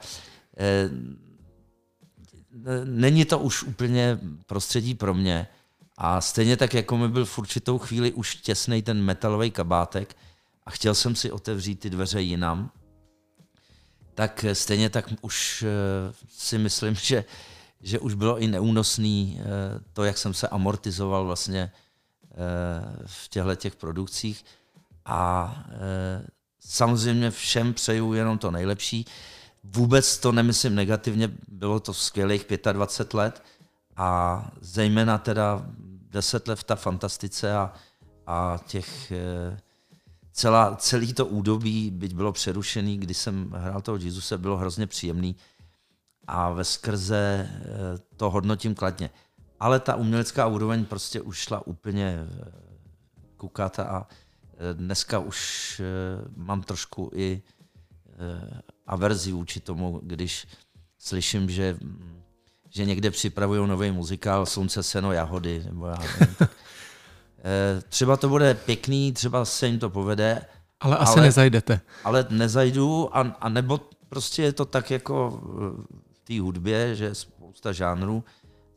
Není to už úplně prostředí pro mě. A stejně tak, jako mi byl v určitou chvíli už těsnej ten metalový kabátek a chtěl jsem si otevřít ty dveře jinam, tak stejně tak už si myslím, že už bylo i neúnosný to, jak jsem se amortizoval vlastně v těchto produkcích. A samozřejmě všem přeju jenom to nejlepší. Vůbec to nemyslím negativně, bylo to skvělých 25 let a zejména teda 10 let v ta fantastice a těch celý to údobí, byť bylo přerušený, když jsem hrál toho Jesuse, bylo hrozně příjemný a veskrze to hodnotím kladně. Ale ta umělecká úroveň prostě už šla úplně kukata a dneska už mám trošku i averzi vůči tomu, když slyším, že někde připravují nový muzikál Slunce, seno, jahody. Nebo já nevím. Třeba to bude pěkný, třeba se jim to povede. Ale asi nezajdete. Ale nezajdu, a nebo prostě je to tak jako v té hudbě, že je spousta žánrů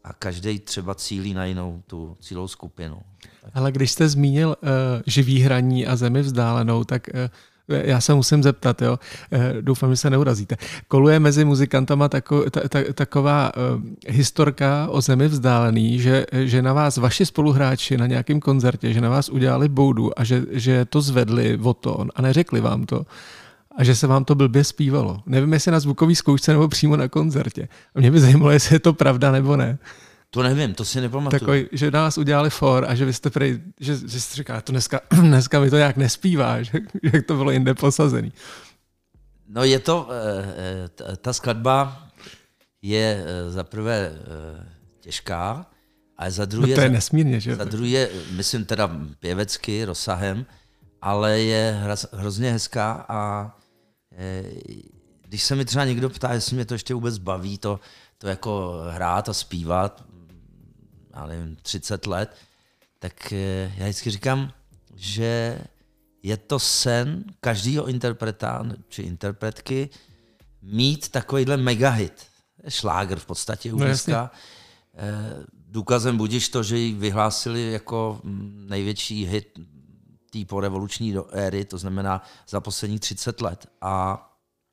a každý třeba cílí na jinou tu cílovou skupinu. Ale když jste zmínil živý hraní a Zemi vzdálenou, tak já se musím zeptat, jo? Doufám, že se neurazíte. Koluje mezi muzikantama taková historka o Zemi vzdálený, že na vás vaši spoluhráči na nějakém koncertě, že na vás udělali boudu a že to zvedli o tón a neřekli vám to a že se vám to blbě zpívalo. Nevím, jestli na zvukové zkoušce nebo přímo na koncertě. A mě by zajímalo, jestli je to pravda nebo ne. To nevím, to si nepamatuju. Takový, že na vás udělali for a že vy jste že jste říkali, to dneska mi to nějak nespívá, že jak to bylo jinde posazený. No je to, ta skladba je za prvé těžká, a za druhé, no to je nesmírně, že? Za druhé, myslím teda pěvecky, rozsahem, ale je hrozně hezká a když se mi třeba někdo ptá, jestli mě to ještě vůbec baví, to jako hrát a zpívat, já nevím, 30 let, tak já vždycky říkám, že je to sen každého interpreta či interpretky mít takovýhle megahit. Šláger v podstatě už dneska. Důkazem budiš to, že ji vyhlásili jako největší hit té porevoluční éry, to znamená za posledních 30 let. A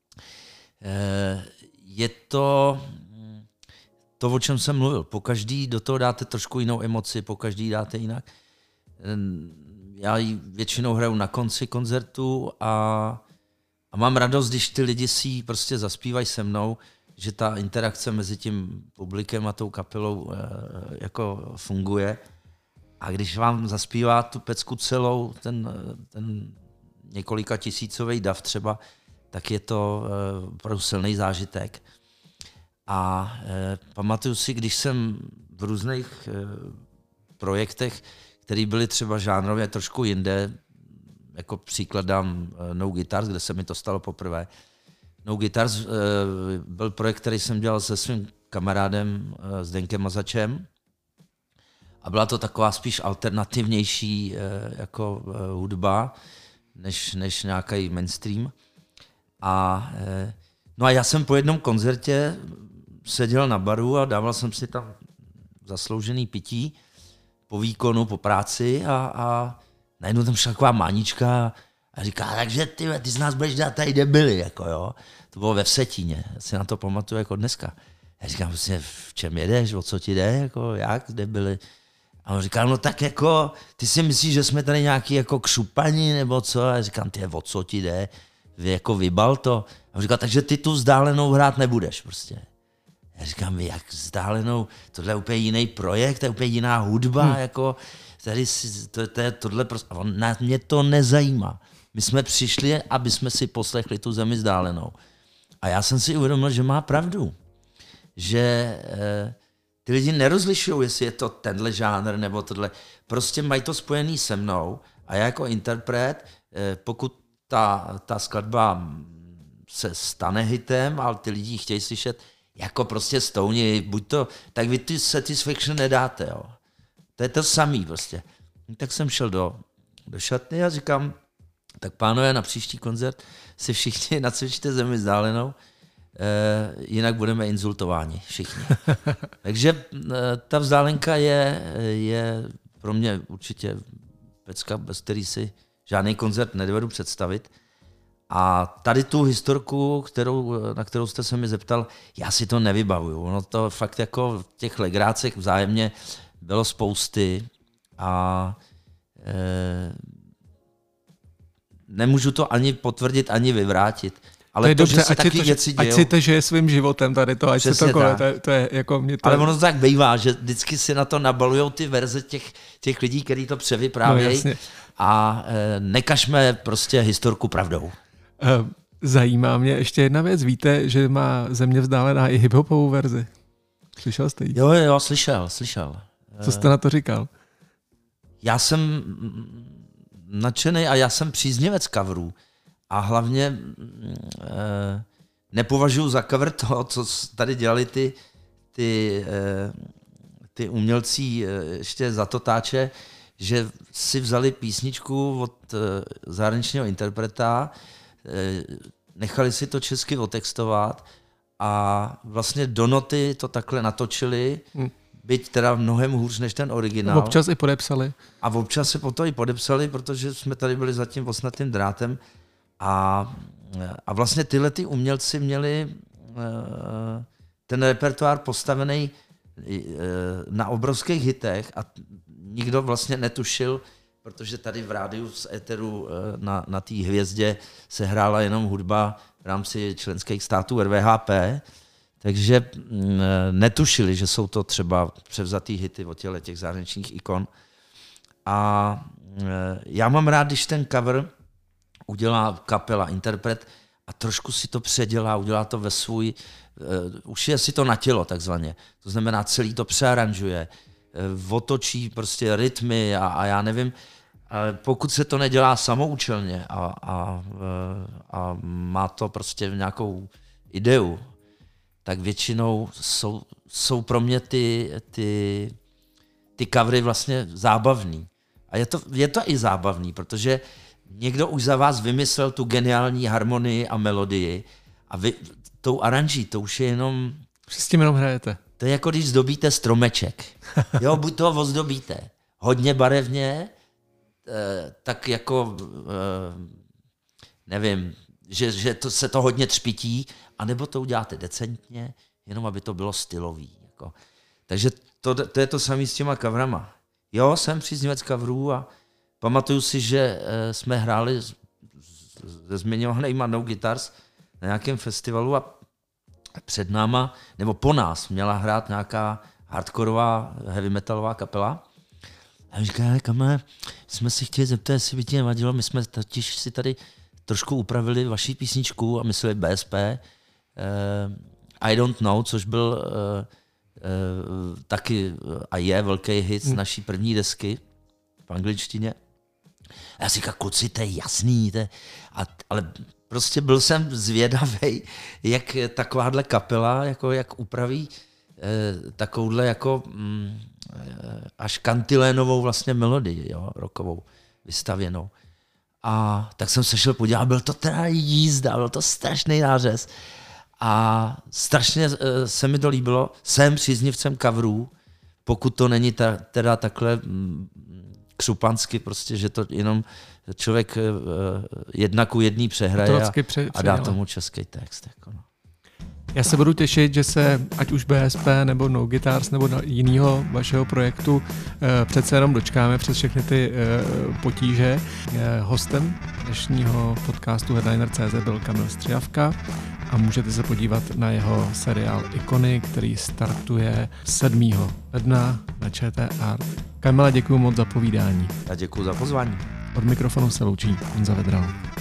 je to, o čem jsem mluvil. Pokaždý do toho dáte trošku jinou emoci, pokaždý dáte jinak. Já ji většinou hraju na konci koncertu a mám radost, když ty lidi si prostě zaspívají se mnou, že ta interakce mezi tím publikem a tou kapelou jako funguje. A když vám zaspívá tu pecku celou, ten několika tisícový dav třeba, tak je to opravdu silný zážitek. A pamatuju si, když jsem v různých projektech, které byly třeba žánrově trošku jinde, jako příklad dám No Guitars, kde se mi to stalo poprvé. No Guitars byl projekt, který jsem dělal se svým kamarádem Zdenkem Mazačem a byla to taková spíš alternativnější jako hudba, než nějaký mainstream. No a já jsem po jednom koncertě seděl na baru a dával jsem si tam zasloužený pití po výkonu, po práci a najednou tam šla taková mánička a říká, takže ty z nás budeš dělat tady debily, jako jo. To bylo ve Vsetíně, já si na to pamatuju jako dneska. Já říkám, vlastně, v čem jedeš, o co ti jde, jako jak debily. A on říká, no tak jako, ty si myslíš, že jsme tady nějaký jako kšupani nebo co? A já říkám, ty o co ti jde, jako vybal to. A on říká, takže ty tu vzdálenou hrát nebudeš prostě. Já říkám, jak vzdálenou, tohle je úplně jiný projekt, to je úplně jiná hudba, jako, tady tohle prostě, mě to nezajímá. My jsme přišli, aby jsme si poslechli tu Zemi vzdálenou. A já jsem si uvědomil, že má pravdu. Že ty lidi nerozlišují, jestli je to tenhle žánr nebo tohle. Prostě mají to spojený se mnou a já jako interpret, pokud ta skladba se stane hitem, ale ty lidi chtějí slyšet jako prostě Stouni, buď to, tak vy ty Satisfaction nedáte, jo. To je to samý prostě. Tak jsem šel do šatny a říkám, tak pánové, na příští koncert si všichni nacvičte Zemi vzdálenou, jinak budeme insultováni všichni. Takže ta vzdálenka je pro mě určitě pecka, bez který si žádný koncert nedovedu představit. A tady tu historku, na kterou jste se mi zeptal, já si to nevybavuju. No to fakt jako v těch legrácech vzájemně bylo spousty a nemůžu to ani potvrdit, ani vyvrátit. Ale to, dobře, že se taky věci dějou. Ať si to žije svým životem tady to, ať se to kole, to je jako mě to... Ale ono to tak bývá, že vždycky si na to nabalujou ty verze těch lidí, kteří to převyprávějí. No, a nekažme prostě historku pravdou. Zajímá mě ještě jedna věc. Víte, že má Země vzdálená i hiphopovou verzi? Slyšel jste ji? Jo, slyšel. Co jste na to říkal? Já jsem nadšený a já jsem příznivec coverů. A hlavně nepovažuji za cover toho, co tady dělali ty umělci ještě za totáče, že si vzali písničku od zahraničního interpreta, nechali si to česky otextovat a vlastně do noty to takhle natočili byť teda mnohem hůř než ten originál. Občas i podepsali. A občas se po to i podepsali, protože jsme tady byli za tím osnatým drátem a vlastně tyhle ty umělci měli ten repertoár postavený na obrovských hitech a nikdo vlastně netušil, protože tady v rádiu z éteru na té hvězdě se hrála jenom hudba v rámci členských států RVHP, takže netušili, že jsou to třeba převzatý hity od těch zahraničních ikon. A já mám rád, když ten cover udělá kapela, interpret a trošku si to předělá, udělá to ve svůj, ušije si to na tělo takzvaně. To znamená, celý to přearanžuje, otočí prostě rytmy a já nevím, ale pokud se to nedělá samoučelně a má to prostě nějakou ideu, tak většinou jsou pro mě ty covery vlastně zábavný. A je to i zábavný, protože někdo už za vás vymyslel tu geniální harmonii a melodii a vy tou aranží, to už je jenom... S tím jenom hrajete. To je jako když zdobíte stromeček. Jo, buď to ozdobíte hodně barevně, tak jako, nevím, že se to hodně třpití, anebo to uděláte decentně, jenom aby to bylo stylový. Jako. Takže to je to samé s těma coverama. Jo, jsem příznivec coverů a pamatuju si, že jsme hráli se zmiňovanýma No Guitars na nějakém festivalu a před náma, nebo po nás, měla hrát nějaká hardkorová, heavy metalová kapela. A on říká, kamaráde, jsme si chtěli zeptat, jestli by ti nevadilo, my jsme totiž si tady trošku upravili vaši písničku a mysleli BSP, I Don't Know, což byl taky a je velký hit z naší první desky v angličtině. A já si říkám, kluci, to je jasný, ale prostě byl jsem zvědavej, jak takováhle kapela, jako jak upraví takovouhle jako až kantilénovou vlastně melodii, jo, rockovou, vystavěnou. A tak jsem se šel podívat, byl to teda jízda, byl to strašný nářez. A strašně se mi to líbilo, jsem příznivcem coverů, pokud to není teda takhle křupansky, prostě, že to jenom člověk 1:1 přehraje a dá tomu český text. Jako no. Já se budu těšit, že se ať už BSP nebo No Guitars nebo jiného vašeho projektu přece jenom dočkáme přes všechny ty potíže. Hostem dnešního podcastu Headliner.cz byl Kamil Střijavka a můžete se podívat na jeho seriál Ikony, který startuje 7. ledna na ČT Art. Kamila, děkuji moc za povídání. Já děkuji za pozvání. Od mikrofonu se loučí Honza Vedral.